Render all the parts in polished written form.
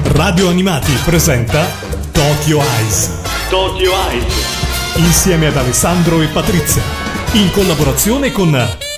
Radio Animati presenta Tokyo Eyes. Tokyo Eyes. Insieme ad Alessandro e Patrizia. In collaborazione con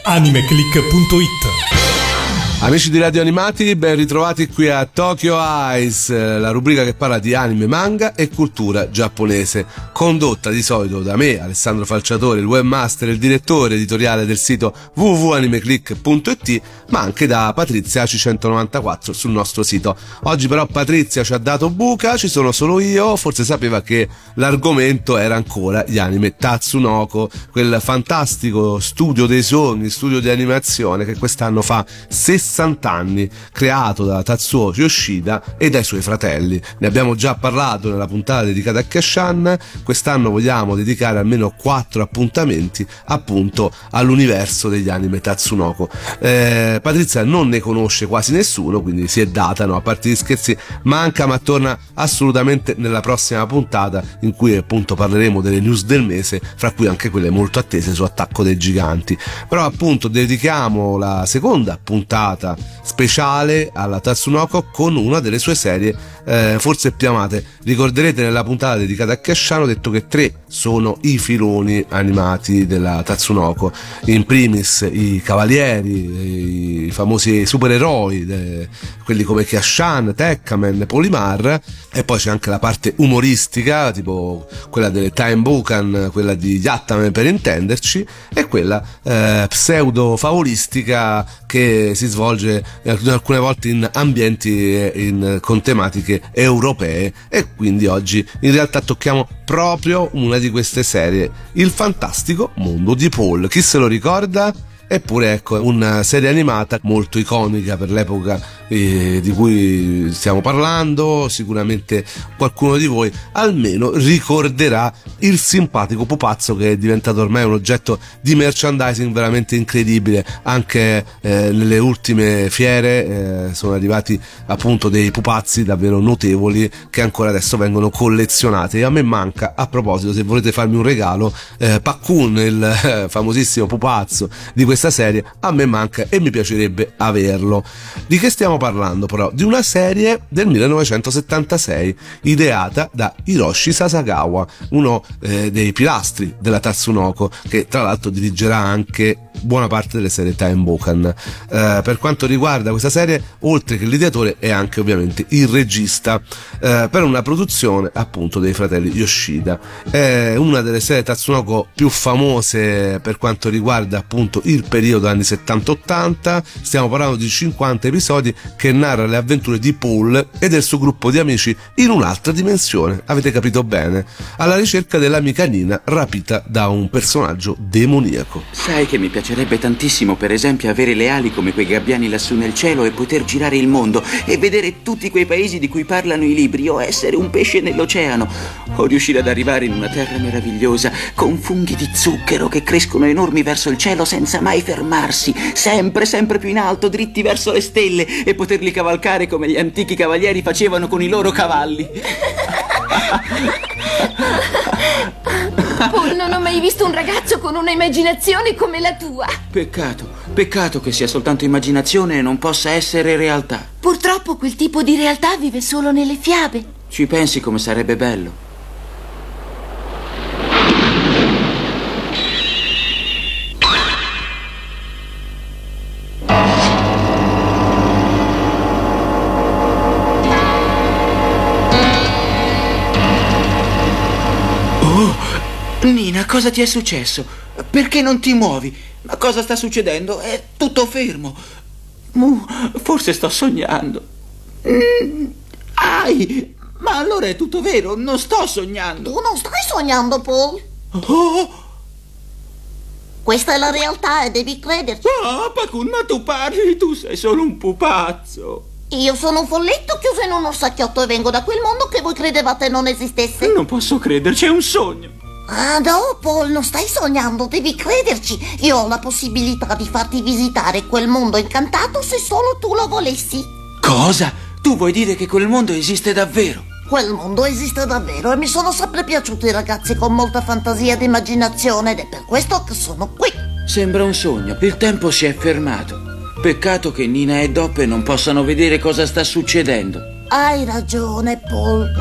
animeclick.it. Amici di Radio Animati, ben ritrovati qui a Tokyo Eyes, la rubrica che parla di anime, manga e cultura giapponese, condotta di solito da me, Alessandro Falciatore, il webmaster e il direttore editoriale del sito www.animeclick.it, ma anche da Patrizia AC194 sul nostro sito. Oggi però Patrizia ci ha dato buca, ci sono solo io, forse sapeva che l'argomento era ancora gli anime Tatsunoko, quel fantastico studio dei sogni, studio di animazione che quest'anno fa 60 anni, creato da Tatsuo Yoshida e dai suoi fratelli. Ne abbiamo già parlato nella puntata dedicata a Keshan. Quest'anno vogliamo dedicare almeno 4 appuntamenti appunto all'universo degli anime Tatsunoko. Patrizia non ne conosce quasi nessuno, quindi si è data, no? A parte gli scherzi, manca, ma torna assolutamente nella prossima puntata, in cui appunto parleremo delle news del mese, fra cui anche quelle molto attese su Attacco dei Giganti. Però appunto dedichiamo la seconda puntata speciale alla Tatsunoko con una delle sue serie forse più amate. Ricorderete nella puntata dedicata a Keshan ho detto che 3 sono i filoni animati della Tatsunoko, in primis i cavalieri, i famosi supereroi, quelli come Keshan, Tekkamen, Polimar, e poi c'è anche la parte umoristica, tipo quella delle Time Bukan, quella di Yattaman per intenderci, e quella pseudo favolistica che si svolge alcune volte in ambienti con tematiche europee. E quindi oggi in realtà tocchiamo proprio una di queste serie, Il fantastico mondo di Paul. Chi se lo ricorda? Eppure ecco, una serie animata molto iconica per l'epoca di cui stiamo parlando. Sicuramente qualcuno di voi almeno ricorderà il simpatico pupazzo che è diventato ormai un oggetto di merchandising veramente incredibile. Anche nelle ultime fiere sono arrivati appunto dei pupazzi davvero notevoli che ancora adesso vengono collezionati. E a me manca, a proposito, se volete farmi un regalo, Pakkun, il famosissimo pupazzo di questa serie, a me manca e mi piacerebbe averlo. Di che stiamo parlando però? Di una serie del 1976 ideata da Hiroshi Sasagawa, uno dei pilastri della Tatsunoko, che tra l'altro dirigerà anche buona parte delle serie Time Bukan. Per quanto riguarda questa serie, oltre che l'ideatore è anche ovviamente il regista, per una produzione appunto dei fratelli Yoshida. È una delle serie Tatsunoko più famose per quanto riguarda appunto il periodo anni 70-80. Stiamo parlando di 50 episodi che narra le avventure di Paul e del suo gruppo di amici in un'altra dimensione, avete capito bene, alla ricerca dell'amica Nina rapita da un personaggio demoniaco. Sai che mi piacerebbe tantissimo, per esempio, avere le ali come quei gabbiani lassù nel cielo e poter girare il mondo e vedere tutti quei paesi di cui parlano i libri, o essere un pesce nell'oceano, o riuscire ad arrivare in una terra meravigliosa con funghi di zucchero che crescono enormi verso il cielo senza mai fermarsi, sempre più in alto, dritti verso le stelle, e poterli cavalcare come gli antichi cavalieri facevano con i loro cavalli. Paul, non ho mai visto un ragazzo con una immaginazione come la tua. Peccato che sia soltanto immaginazione e non possa essere realtà. Purtroppo quel tipo di realtà vive solo nelle fiabe. Ci pensi come sarebbe bello? Nina, cosa ti è successo? Perché non ti muovi? Ma cosa sta succedendo? È tutto fermo. Forse sto sognando. Ai! Ma allora è tutto vero, non sto sognando. Tu non stai sognando, Paul. Oh! Questa è la realtà e devi crederci. Ah, Pakkun, ma tu parli, tu sei solo un pupazzo. Io sono un folletto chiuso in un orsacchiotto e vengo da quel mondo che voi credevate non esistesse. Non posso crederci, è un sogno. Ah no, Paul, non stai sognando, devi crederci. Io ho la possibilità di farti visitare quel mondo incantato se solo tu lo volessi. Cosa? Tu vuoi dire che quel mondo esiste davvero? Quel mondo esiste davvero e mi sono sempre piaciuti i ragazzi con molta fantasia ed immaginazione ed è per questo che sono qui. Sembra un sogno, il tempo si è fermato. Peccato che Nina e Doppe non possano vedere cosa sta succedendo. Hai ragione, Paul.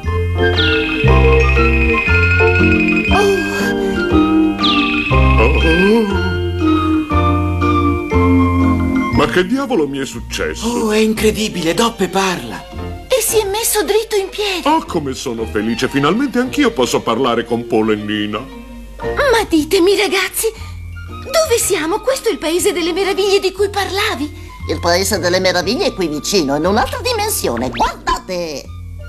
Ma che diavolo mi è successo? Oh, è incredibile, Doppe parla. E si è messo dritto in piedi. Oh, come sono felice! Finalmente anch'io posso parlare con Paul e Nina. Ma ditemi, ragazzi, dove siamo? Questo è il paese delle meraviglie di cui parlavi? Il paese delle meraviglie è qui vicino, in un'altra dimensione. Guardate!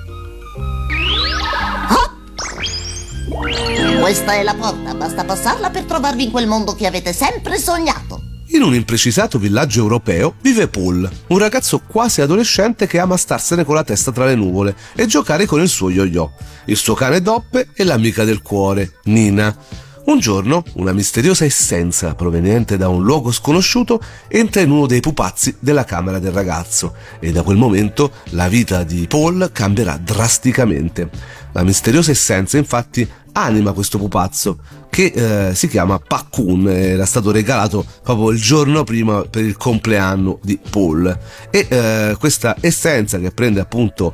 Hop! Questa è la porta, basta passarla per trovarvi in quel mondo che avete sempre sognato. In un imprecisato villaggio europeo vive Paul, un ragazzo quasi adolescente che ama starsene con la testa tra le nuvole e giocare con il suo yo-yo, il suo cane Doppe e l'amica del cuore, Nina. Un giorno, una misteriosa essenza proveniente da un luogo sconosciuto entra in uno dei pupazzi della camera del ragazzo e da quel momento la vita di Paul cambierà drasticamente. La misteriosa essenza, infatti, anima questo pupazzo che si chiama Pakkun, era stato regalato proprio il giorno prima per il compleanno di Paul, e questa essenza, che prende appunto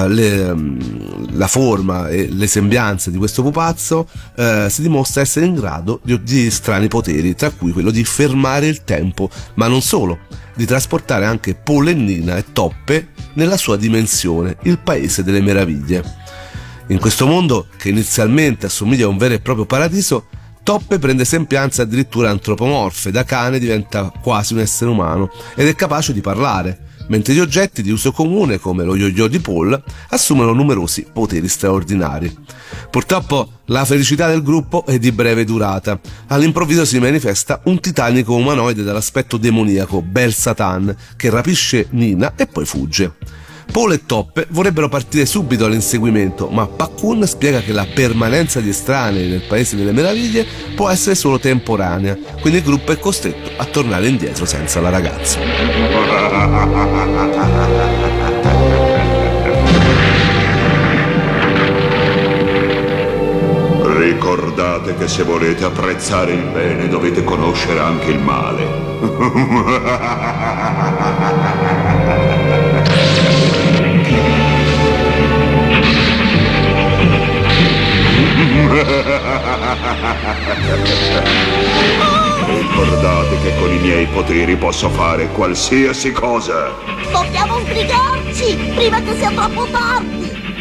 la forma e le sembianze di questo pupazzo, si dimostra essere in grado di strani poteri, tra cui quello di fermare il tempo, ma non solo, di trasportare anche Paul e Nina e Toppe nella sua dimensione, il paese delle meraviglie. In questo mondo, che inizialmente assomiglia a un vero e proprio paradiso, Toppe prende sembianze addirittura antropomorfe, da cane diventa quasi un essere umano ed è capace di parlare, mentre gli oggetti di uso comune, come lo yo-yo di Paul, assumono numerosi poteri straordinari. Purtroppo la felicità del gruppo è di breve durata. All'improvviso si manifesta un titanico umanoide dall'aspetto demoniaco, Bel Satan, che rapisce Nina e poi fugge. Paul e Toppe vorrebbero partire subito all'inseguimento, ma Pakkun spiega che la permanenza di estranei nel paese delle meraviglie può essere solo temporanea, quindi il gruppo è costretto a tornare indietro senza la ragazza. Ricordate che se volete apprezzare il bene dovete conoscere anche il male. Ricordate che con i miei poteri posso fare qualsiasi cosa. Dobbiamo sbrigarci prima che sia troppo tardi.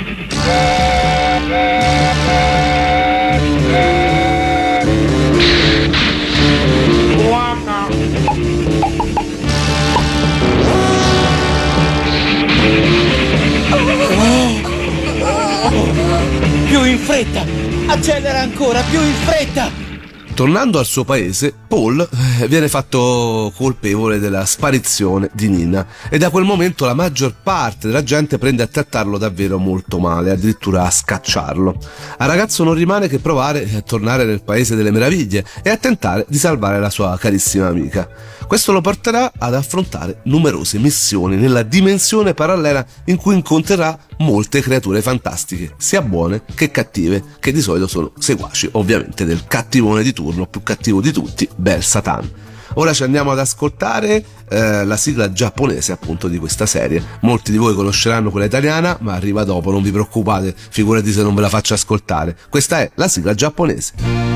Più in fretta! Accelera ancora, più in fretta! Tornando al suo paese, Paul viene fatto colpevole della sparizione di Nina e da quel momento la maggior parte della gente prende a trattarlo davvero molto male, addirittura a scacciarlo. Al ragazzo non rimane che provare a tornare nel paese delle meraviglie e a tentare di salvare la sua carissima amica. Questo lo porterà ad affrontare numerose missioni nella dimensione parallela in cui incontrerà molte creature fantastiche, sia buone che cattive, che di solito sono seguaci ovviamente del cattivone di turno, più cattivo di tutti, Bel Satan. Ora ci andiamo ad ascoltare la sigla giapponese appunto di questa serie. Molti di voi conosceranno quella italiana, ma arriva dopo, non vi preoccupate, figurati se non ve la faccio ascoltare. Questa è la sigla giapponese.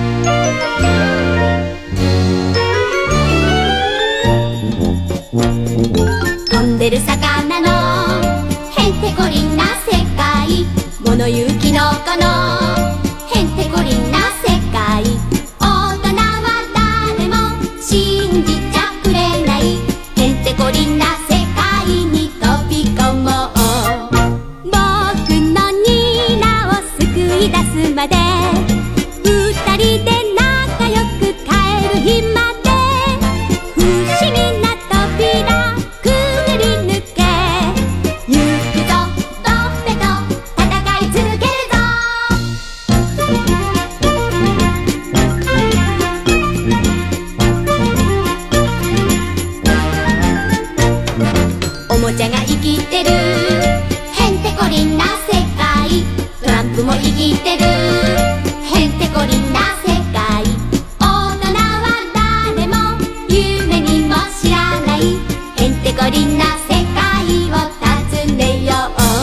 飛んでる魚のへんてこりんな世界物言うキノコのへんてこりんな世界大人は誰も信じちゃくれないへんてこりんな世界に飛び込もう僕のニーナを救い出すまで二人で仲良く帰る日まで不思議な扉くぐり抜け行くぞトッペと戦い続けるぞおもちゃが生きてるへんてこりんな世界トランプも生きてるへんてこりんな世界大人は誰も夢にも知らないへんてこりんな世界を訪ねよう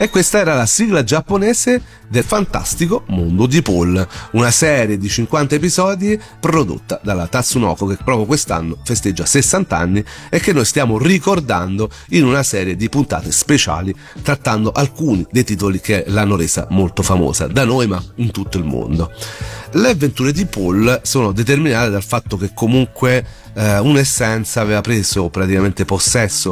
E questa era la sigla giapponese del fantastico mondo di Paul, una serie di 50 episodi prodotta dalla Tatsunoko, che proprio quest'anno festeggia 60 anni e che noi stiamo ricordando in una serie di puntate speciali trattando alcuni dei titoli che l'hanno resa molto famosa da noi ma in tutto il mondo. Le avventure di Paul sono determinate dal fatto che comunque un'essenza aveva preso praticamente possesso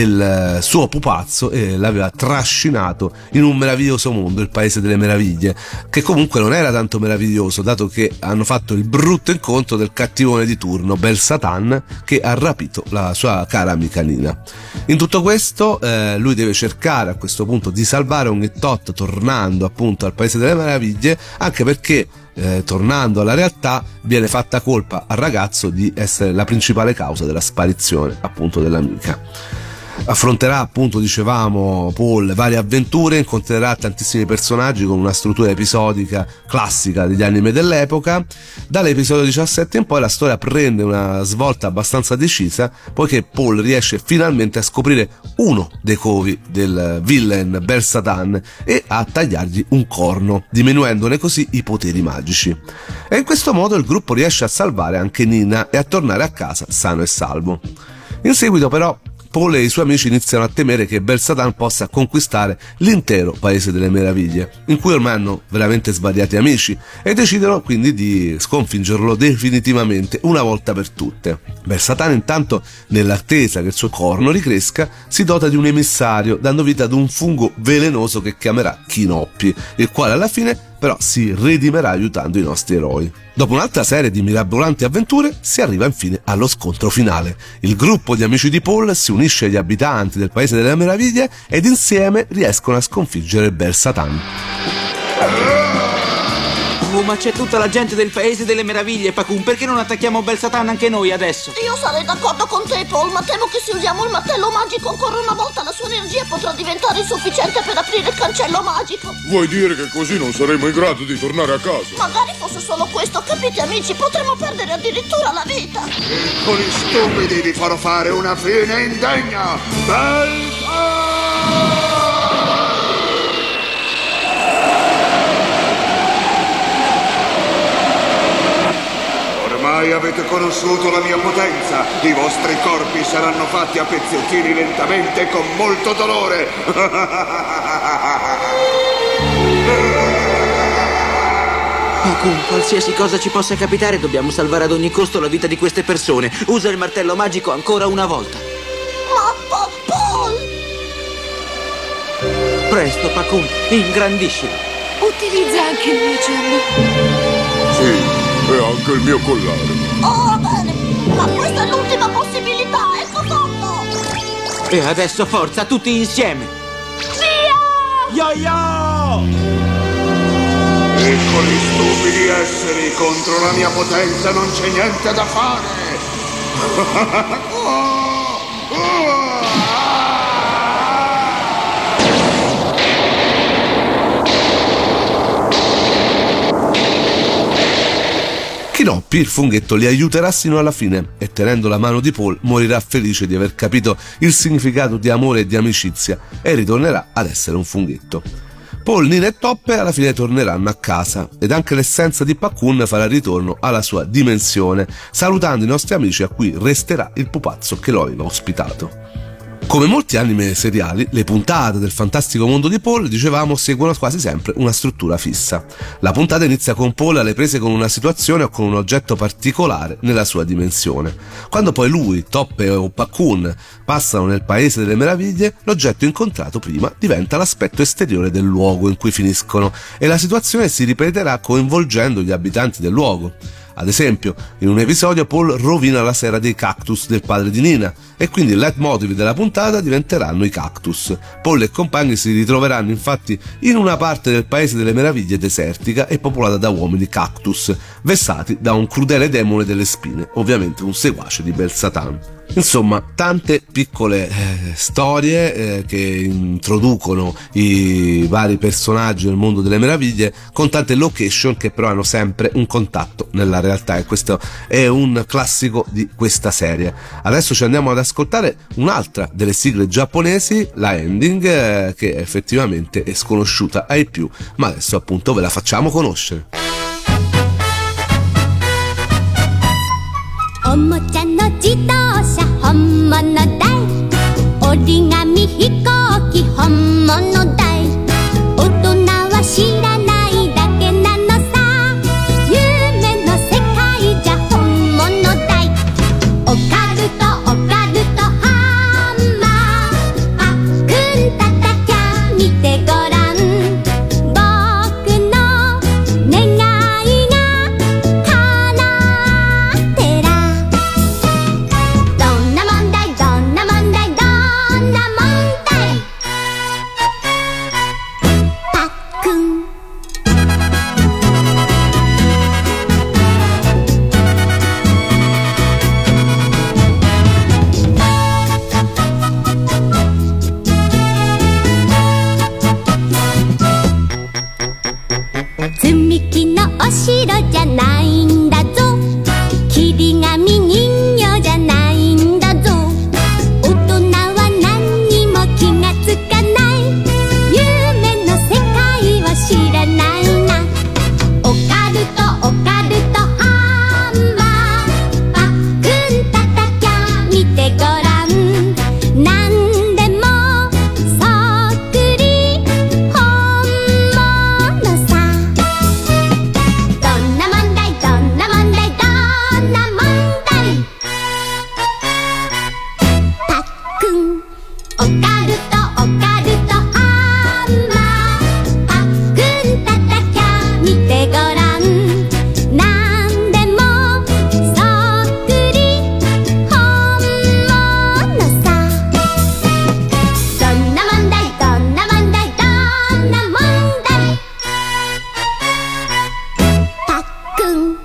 del suo pupazzo e l'aveva trascinato in un meraviglioso mondo, il paese delle meraviglie, che comunque non era tanto meraviglioso, dato che hanno fatto il brutto incontro del cattivone di turno, Bel-Satan, che ha rapito la sua cara amica Nina. In tutto questo lui deve cercare a questo punto di salvare ogni tot, tornando appunto al paese delle meraviglie, anche perché tornando alla realtà viene fatta colpa al ragazzo di essere la principale causa della sparizione appunto dell'amica. Affronterà appunto, dicevamo, Paul varie avventure, incontrerà tantissimi personaggi con una struttura episodica classica degli anime dell'epoca. Dall'episodio 17 in poi la storia prende una svolta abbastanza decisa, poiché Paul riesce finalmente a scoprire uno dei covi del villain Bel-Satan e a tagliargli un corno, diminuendone così i poteri magici. E in questo modo il gruppo riesce a salvare anche Nina e a tornare a casa sano e salvo. In seguito però Paul e i suoi amici iniziano a temere che Bel-Satan possa conquistare l'intero paese delle meraviglie, in cui ormai hanno veramente svariati amici, e decidono quindi di sconfiggerlo definitivamente una volta per tutte. Bel-Satan intanto, nell'attesa che il suo corno ricresca, si dota di un emissario, dando vita ad un fungo velenoso che chiamerà Kinoppi, il quale alla fine però si redimerà aiutando i nostri eroi. Dopo un'altra serie di mirabolanti avventure si arriva infine allo scontro finale. Il gruppo di amici di Paul si unisce agli abitanti del Paese delle Meraviglie ed insieme riescono a sconfiggere Bel-Satan. Oh, ma c'è tutta la gente del Paese delle Meraviglie, Pakun, perché non attacchiamo Bel-Satan anche noi adesso? Io sarei d'accordo con te, Paul, ma temo che se usiamo il martello magico ancora una volta la sua energia potrà diventare insufficiente per aprire il cancello magico. Vuoi dire che così non saremo in grado di tornare a casa? Magari fosse solo questo, capite amici? Potremmo perdere addirittura la vita. Con i stupidi vi farò fare una fine indegna. Bel-Satan! Ormai avete conosciuto la mia potenza. I vostri corpi saranno fatti a pezzettini lentamente e con molto dolore. Pakun, qualsiasi cosa ci possa capitare, dobbiamo salvare ad ogni costo la vita di queste persone. Usa il martello magico ancora una volta. Ma Paul! Presto, Pakun, ingrandiscilo. Utilizza anche il mio gemmo. Sì. E anche il mio collare. Oh, bene, ma questa è l'ultima possibilità, ecco fatto! E adesso forza, tutti insieme! Via! Yo-yo! Piccoli stupidi esseri, contro la mia potenza non c'è niente da fare! Kinoppi, il funghetto, li aiuterà sino alla fine e, tenendo la mano di Paul, morirà felice di aver capito il significato di amore e di amicizia e ritornerà ad essere un funghetto. Paul, Nina e Toppe alla fine torneranno a casa ed anche l'essenza di Pakun farà ritorno alla sua dimensione, salutando i nostri amici a cui resterà il pupazzo che lo aveva ospitato. Come molti anime seriali, le puntate del fantastico mondo di Paul, dicevamo, seguono quasi sempre una struttura fissa. La puntata inizia con Paul alle prese con una situazione o con un oggetto particolare nella sua dimensione. Quando poi lui, Toppe o Pakun passano nel Paese delle Meraviglie, l'oggetto incontrato prima diventa l'aspetto esteriore del luogo in cui finiscono e la situazione si ripeterà coinvolgendo gli abitanti del luogo. Ad esempio, in un episodio Paul rovina la sera dei cactus del padre di Nina e quindi il leitmotiv della puntata diventeranno i cactus. Paul e compagni si ritroveranno infatti in una parte del Paese delle Meraviglie desertica e popolata da uomini cactus, vessati da un crudele demone delle spine, ovviamente un seguace di Bel-Satan. Insomma, tante piccole storie che introducono i vari personaggi nel mondo delle meraviglie, con tante location che però hanno sempre un contatto nella realtà, e questo è un classico di questa serie. Adesso ci andiamo ad ascoltare un'altra delle sigle giapponesi, la ending, che effettivamente è sconosciuta ai più, ma adesso appunto ve la facciamo conoscere. おもちゃの自動車本物だい折り紙飛行機本物だい大人は知らないだけなのさ夢の世界じゃ本物だいオカルトハンマーパックンたたきゃ見てごらん僕の願いが叶ってらどんな問題どんな問題どんな問題パックン積み木のお城じゃないんだぞ切り紙人形じゃないんだぞ大人は何にも気がつかない夢の世界を知らないなオカルトハンマーパックンたたきゃ見てごらんなんでもそっくり本物さどんな問題どんな問題どんな問題パックンオカルトハンマーパックンたたきゃ見てごらんなんでもそっくり本物さどんな問題どんな問題どんな問題パックン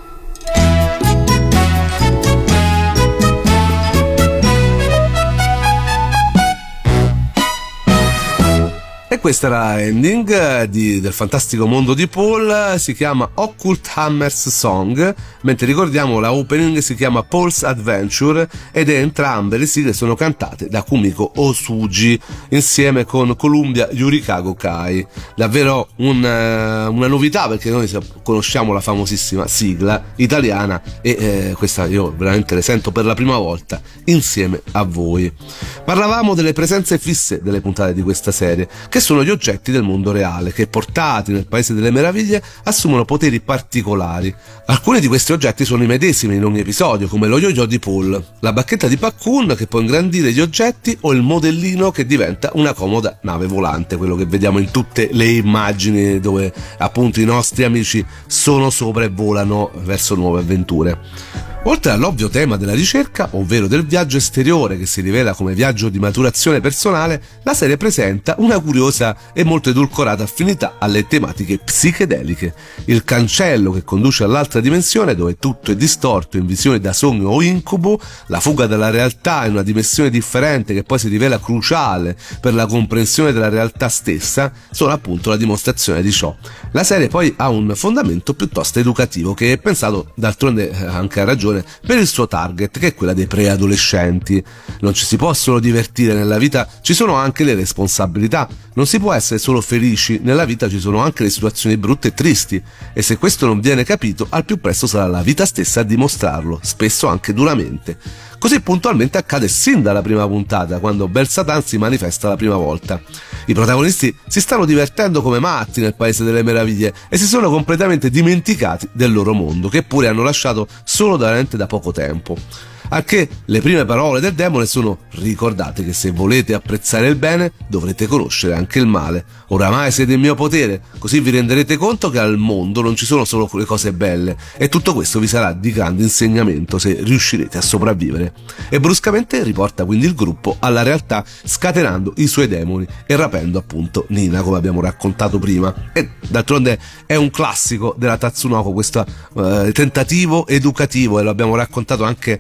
E questa era ending del fantastico mondo di Paul, si chiama Occult Hammers Song, mentre ricordiamo la opening si chiama Paul's Adventure, ed entrambe le sigle sono cantate da Kumiko Osuji insieme con Columbia Yurikago Kai. Davvero una novità, perché noi conosciamo la famosissima sigla italiana e questa io veramente le sento per la prima volta insieme a voi. Parlavamo delle presenze fisse delle puntate di questa serie, che sono gli oggetti del mondo reale che, portati nel Paese delle Meraviglie, assumono poteri particolari. Alcuni di questi oggetti sono i medesimi in ogni episodio, come lo yo-yo di Paul, la bacchetta di Pac-Kun che può ingrandire gli oggetti, o il modellino che diventa una comoda nave volante, quello che vediamo in tutte le immagini dove appunto i nostri amici sono sopra e volano verso nuove avventure. Oltre all'ovvio tema della ricerca, ovvero del viaggio esteriore che si rivela come viaggio di maturazione personale, la serie presenta una curiosa e molto edulcorata affinità alle tematiche psichedeliche. Il cancello che conduce all'altra dimensione, dove tutto è distorto in visioni da sogno o incubo, la fuga dalla realtà in una dimensione differente che poi si rivela cruciale per la comprensione della realtà stessa, sono appunto la dimostrazione di ciò. La serie poi ha un fondamento piuttosto educativo, che è pensato d'altronde anche a ragione per il suo target, che è quella dei preadolescenti. Non ci si può solo divertire nella vita, ci sono anche le responsabilità. Non si può essere solo felici, nella vita ci sono anche le situazioni brutte e tristi, e se questo non viene capito, al più presto sarà la vita stessa a dimostrarlo, spesso anche duramente. Così puntualmente accade sin dalla prima puntata, quando Bel Satan si manifesta la prima volta. I protagonisti si stanno divertendo come matti nel Paese delle Meraviglie e si sono completamente dimenticati del loro mondo, che pure hanno lasciato solo veramente da poco tempo. Anche le prime parole del demone sono: ricordate che se volete apprezzare il bene dovrete conoscere anche il male. Oramai siete in mio potere, così vi renderete conto che al mondo non ci sono solo le cose belle, e tutto questo vi sarà di grande insegnamento se riuscirete a sopravvivere. E bruscamente riporta quindi il gruppo alla realtà, scatenando i suoi demoni e rapendo appunto Nina, come abbiamo raccontato prima. E d'altronde è un classico della Tatsunoko questo tentativo educativo, e lo abbiamo raccontato anche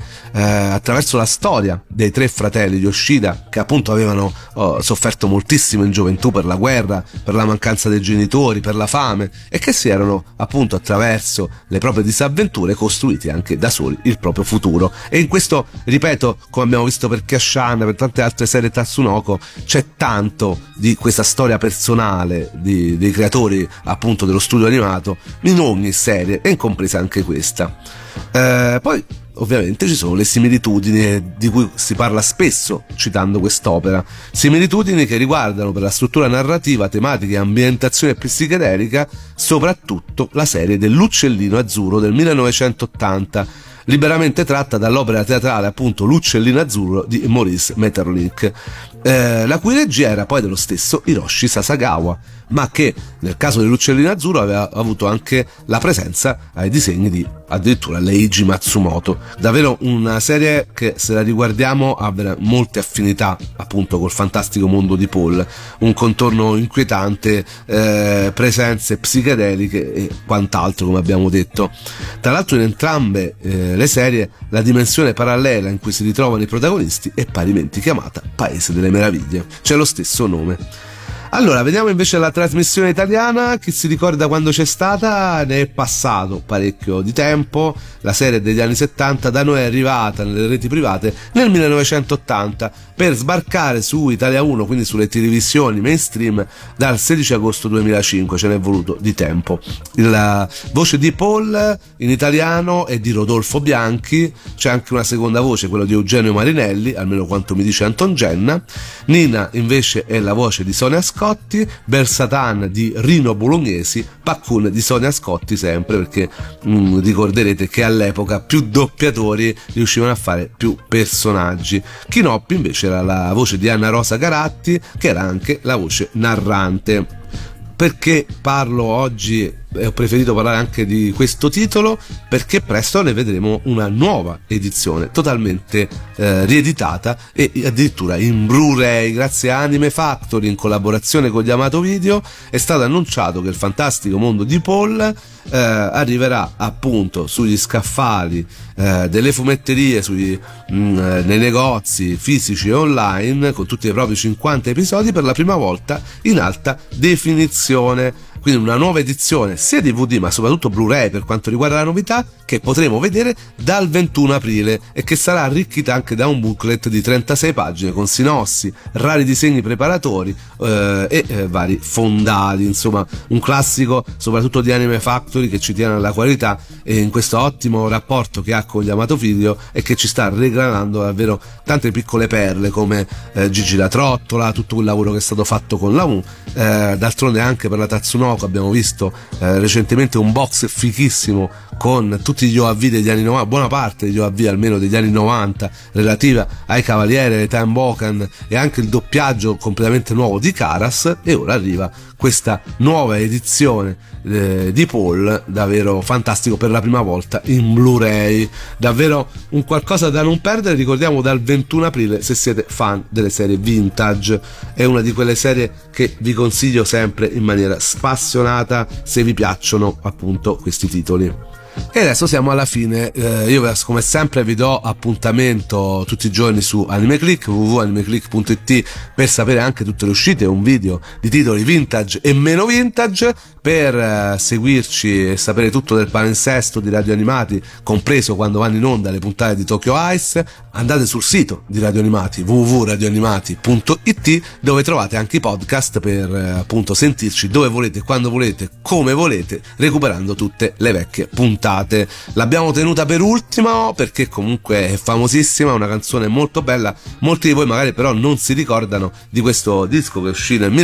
attraverso la storia dei 3 fratelli Yoshida, che appunto avevano sofferto moltissimo in gioventù per la guerra, per la mancanza dei genitori, per la fame, e che si erano appunto attraverso le proprie disavventure costruiti anche da soli il proprio futuro. E in questo, ripeto, come abbiamo visto per Kyoshana, per tante altre serie Tatsunoko, c'è tanto di questa storia personale dei creatori appunto dello studio animato in ogni serie, e compresa anche questa. Poi ovviamente ci sono le similitudini di cui si parla spesso citando quest'opera, similitudini che riguardano per la struttura narrativa, tematica e ambientazione psichedelica soprattutto la serie dell'Uccellino Azzurro del 1980, liberamente tratta dall'opera teatrale appunto L'Uccellino Azzurro di Maurice Maeterlinck, la cui regia era poi dello stesso Hiroshi Sasagawa, ma che nel caso dell'Uccellino Azzurro aveva avuto anche la presenza ai disegni di addirittura Leiji Matsumoto. Davvero una serie che, se la riguardiamo, ha molte affinità appunto col fantastico mondo di Paul, un contorno inquietante, presenze psichedeliche e quant'altro, come abbiamo detto. Tra l'altro in entrambe le serie la dimensione parallela in cui si ritrovano i protagonisti è parimenti chiamata Paese delle Meraviglie, c'è lo stesso nome. Allora, vediamo invece la trasmissione italiana. Chi si ricorda quando c'è stata? Ne è passato parecchio di tempo. La serie degli anni 70 da noi è arrivata nelle reti private nel 1980 per sbarcare su Italia 1, quindi sulle televisioni mainstream, dal 16 agosto 2005. Ce n'è voluto di tempo. La voce di Paul in italiano è di Rodolfo Bianchi, c'è anche una seconda voce, quella di Eugenio Marinelli, almeno quanto mi dice Anton Genna. Nina invece è la voce di Sonia Scotti, Bersatan di Rino Bolognesi, Paccun di Sonia Scotti sempre, perché ricorderete che all'epoca più doppiatori riuscivano a fare più personaggi. Chinoppi invece era la voce di Anna Rosa Garatti, che era anche la voce narrante. Perché parlo oggi e ho preferito parlare anche di questo titolo? Perché presto ne vedremo una nuova edizione totalmente rieditata e addirittura in Blu-ray grazie a Anime Factory in collaborazione con Yamato Video. È stato annunciato che il fantastico mondo di Paul arriverà appunto sugli scaffali delle fumetterie, nei negozi fisici e online, con tutti i propri 50 episodi per la prima volta in alta definizione. Quindi una nuova edizione sia DVD ma soprattutto Blu-ray per quanto riguarda la novità, che potremo vedere dal 21 aprile e che sarà arricchita anche da un booklet di 36 pagine con sinossi, rari disegni preparatori e vari fondali. Insomma, un classico soprattutto di Anime Factory, che ci tiene alla qualità e in questo ottimo rapporto che ha con Yamato Video e che ci sta regalando davvero tante piccole perle come Gigi la Trottola, tutto quel lavoro che è stato fatto con la U. D'altronde anche per la Tatsunoko abbiamo visto recentemente un box fichissimo con tutti gli OAV degli anni 90, buona parte degli OAV almeno degli anni 90 relativa ai Cavalieri, ai Tenboken, e anche il doppiaggio completamente nuovo di Karas. E ora arriva questa nuova edizione di Paul, davvero fantastico, per la prima volta in Blu-ray, davvero un qualcosa da non perdere. Ricordiamo dal 21 aprile se siete fan delle serie vintage, è una di quelle serie che vi consiglio sempre in maniera spassionata se vi piacciono appunto questi titoli. E adesso siamo alla fine. Io come sempre vi do appuntamento tutti i giorni su AnimeClick, www.animeclick.it, per sapere anche tutte le uscite, un video di titoli vintage e meno vintage, per seguirci e sapere tutto del palinsesto di Radio Animati, compreso quando vanno in onda le puntate di Tokyo Ice. Andate sul sito di Radio Animati, www.radioanimati.it, dove trovate anche i podcast per appunto sentirci dove volete, quando volete, come volete, recuperando tutte le vecchie puntate. L'abbiamo tenuta per ultima perché comunque è famosissima, una canzone molto bella. Molti di voi magari però non si ricordano di questo disco che uscì nel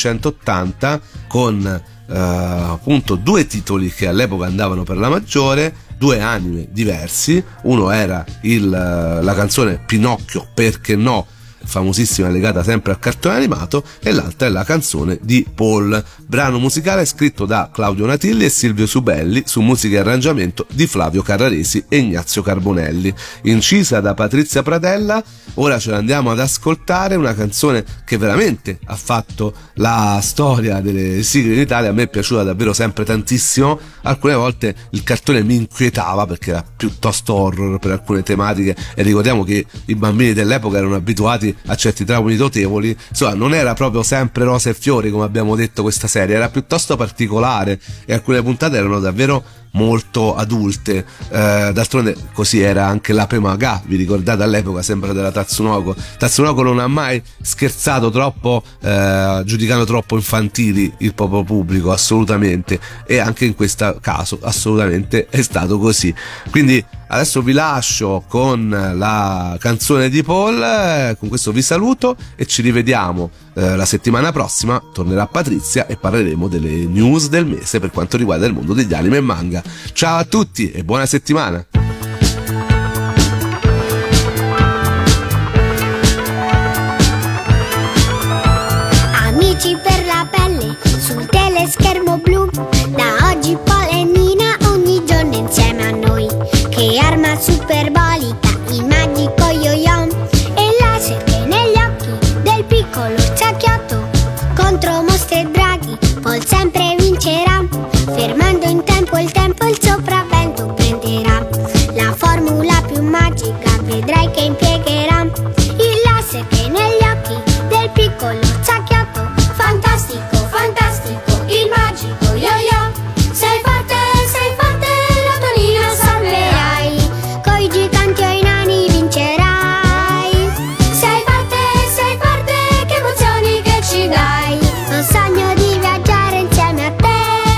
1980 con appunto 2 titoli che all'epoca andavano per la maggiore, 2 anime diversi. Uno era la canzone Pinocchio Perché No, famosissima legata sempre al cartone animato, e l'altra è La canzone di Paul, brano musicale scritto da Claudio Natilli e Silvio Subelli su musica e arrangiamento di Flavio Carraresi e Ignazio Carbonelli, incisa da Patrizia Pratella. Ora ce l'andiamo ad ascoltare, una canzone che veramente ha fatto la storia delle sigle in Italia. A me è piaciuta davvero sempre tantissimo, alcune volte il cartone mi inquietava perché era piuttosto horror per alcune tematiche, e ricordiamo che i bambini dell'epoca erano abituati a certi traumi notevoli, insomma non era proprio sempre rose e fiori come abbiamo detto questa serie, era piuttosto particolare e alcune puntate erano davvero molto adulte. D'altronde così era anche l'Ape Maga, vi ricordate all'epoca, sempre della Tatsunoko non ha mai scherzato troppo, giudicando troppo infantili il proprio pubblico, assolutamente, e anche in questo caso assolutamente è stato così. Quindi adesso vi lascio con la canzone di Paul, con questo vi saluto e ci rivediamo la settimana prossima. Tornerà Patrizia e parleremo delle news del mese per quanto riguarda il mondo degli anime e manga. Ciao a tutti e buona settimana! Amici per la pelle sul teleschermo blu, da oggi Paul e Nina ogni giorno insieme a noi. Che arma superbolica, il magico yo-yo e laser che negli occhi del piccolo Zacchiotto. Contro mostri e draghi Paul sempre vincerà, fermando in tempo il sopravvento prenderà. La formula più magica vedrai che impiegherà, il laser che negli occhi del piccolo Zacchiotto. Fantastico, fantastico, il magico yo-yo. Sei forte, la tua Nina salverai, coi giganti o i nani vincerai. Sei forte, che emozioni che ci dai. Ho sogno di viaggiare insieme a te,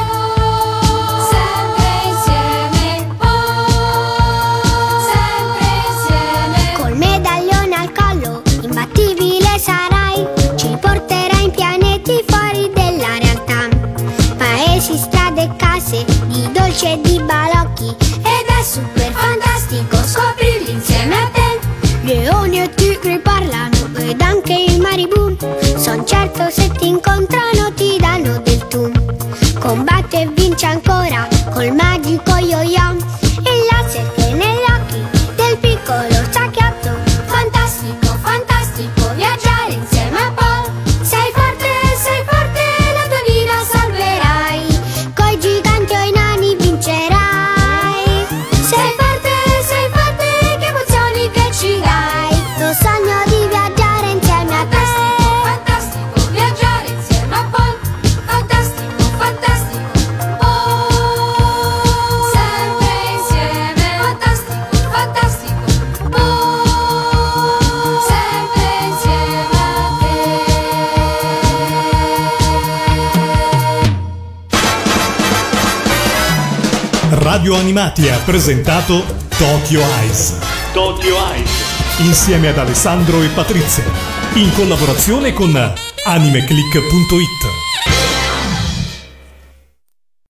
sempre insieme, oh, sempre insieme. Col medaglione al collo, imbattibile sarai, ci porterai in pianeti fuori della realtà. Paesi, strade e case, di dolci e di balocchi, ed è super fantastico scoprirli insieme a te. Leoni e tigri parlano ed anche il maribù, son certo se ti incontrano ti danno del tu. Combatti e vinci ancora col magico yo-yo, il laser che negli occhi del piccolo Zacchiotto. Fantastico, fantastico, viaggiare insieme a Paul. Sei forte, la tua Nina salverai, coi giganti o i nani vincerai. Sei forte, che emozioni che ci dai. Lo sogno di viaggiare insieme a te. Fantastico, viaggiare insieme a Paul. Fantastico, fantastico, oh, sempre insieme. Fantastico, fantastico, oh, sempre insieme a te. Radio Animati ha presentato Tokyo Eyes. Tokyo Eyes. Insieme ad Alessandro e Patrizia. In collaborazione con animeclick.it.